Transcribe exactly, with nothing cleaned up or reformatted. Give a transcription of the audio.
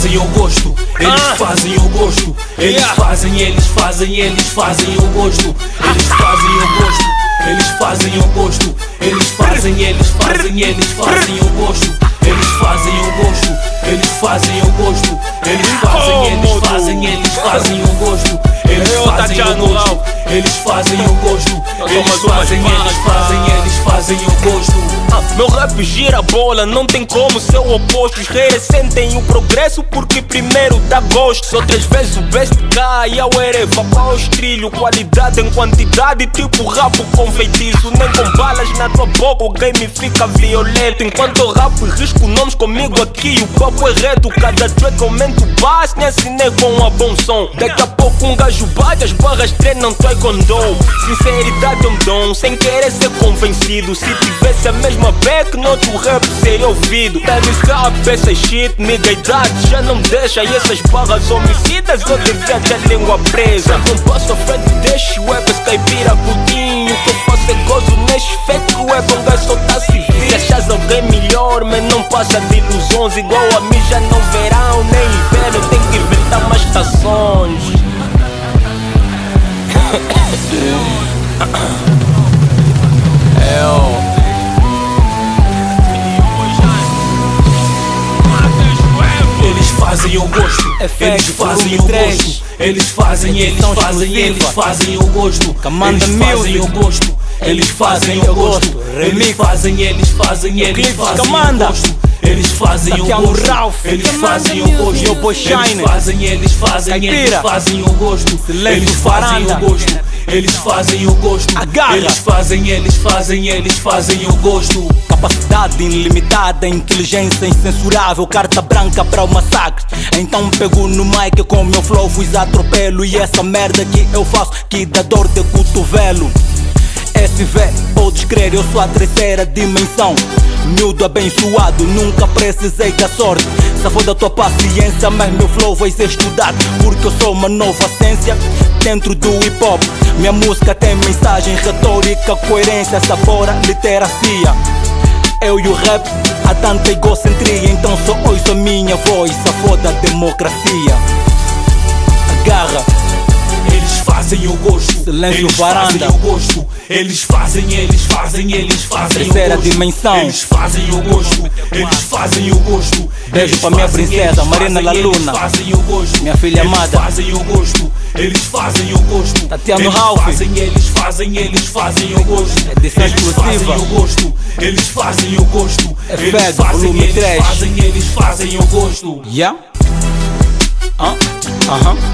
fazem o gosto, eles fazem o gosto, eles fazem, eles fazem, eles fazem o gosto, eles fazem o gosto, eles fazem o gosto, eles fazem, eles fazem, eles fazem o gosto, eles fazem o gosto, eles fazem o gosto, eles fazem, eles fazem, eles fazem o gosto, eles fazem o gosto, eles fazem o gosto, eles fazem, eles fazem, eles fazem o gosto. Meu rap gira a bola, não tem como ser o oposto. Os haters sentem o progresso porque primeiro dá gosto. Só três vezes o best cai, a uere vá para os trilhos. Qualidade em quantidade, tipo rabo com feitiço. Nem com balas na tua boca o game fica violento. Enquanto eu rapo e risco nomes comigo aqui, o papo é reto. Cada track aumenta o bass, nem assinei com a bom som. Daqui a pouco um gajo bate, as barras treinam taekwondo. Sinceridade é um dom, sem querer ser convencido. Se tivesse a mesma back, noutro rap seria ouvido. Time sabe essa shit, nigga, a idade já não deixa. E essas barras homicidas eu devia ter a língua presa. Um passo à frente deixa o web, caipira, putinho. O que eu faço é gozo neste fake web, um gajo só tá civil. Se achas alguém melhor, mas não passa de ilusões. Igual a mim já não verão, nem inverno. Tem que inventar mais estações. Eu Eles fazem o gosto, eles fazem o gosto, eles fazem, eles fazem, eles fazem o gosto, eles fazem o gosto, eles fazem o gosto, eles fazem, eles fazem, eles fazem o gosto. Eles fazem o gosto, eles fazem o gosto, eles fazem, eles fazem, eles fazem o gosto, eles fazem o gosto, eles fazem o gosto, eles fazem, eles fazem, eles fazem o gosto. Capacidade ilimitada, inteligência incensurável, carta branca para o massacre. Então pego no mic com meu flow, fiz atropelo. E essa merda que eu faço que dá dor de cotovelo. S V, podes crer, eu sou a terceira dimensão. Miúdo abençoado, nunca precisei da sorte. Safou da tua paciência, mas meu flow vai ser estudado. Porque eu sou uma nova ciência dentro do hip hop. Minha música tem mensagem, retórica, coerência, sabora, literacia. Eu e o rap, há tanta egocentria. Então só ouço a minha voz, safou da democracia. Agarra. Eles fazem o gosto, Silêncio eles varanda. fazem o gosto, eles fazem, eles fazem, eles fazem Terceira o gosto, dimensão. eles fazem o gosto, eles fazem o gosto. Beijo Eles pra minha fazem, princesa, eles Marina fazem, Laluna. Eles fazem o gosto, Minha filha eles amada. fazem o gosto, eles fazem o gosto. Tatiano eles Ralph. fazem, eles fazem, eles fazem o gosto. Edição Eles exclusiva. fazem o gosto, eles fazem o gosto. É Eles Fed, fazem, volume eles três. fazem, eles fazem o gosto. Yeah? Ah, aham.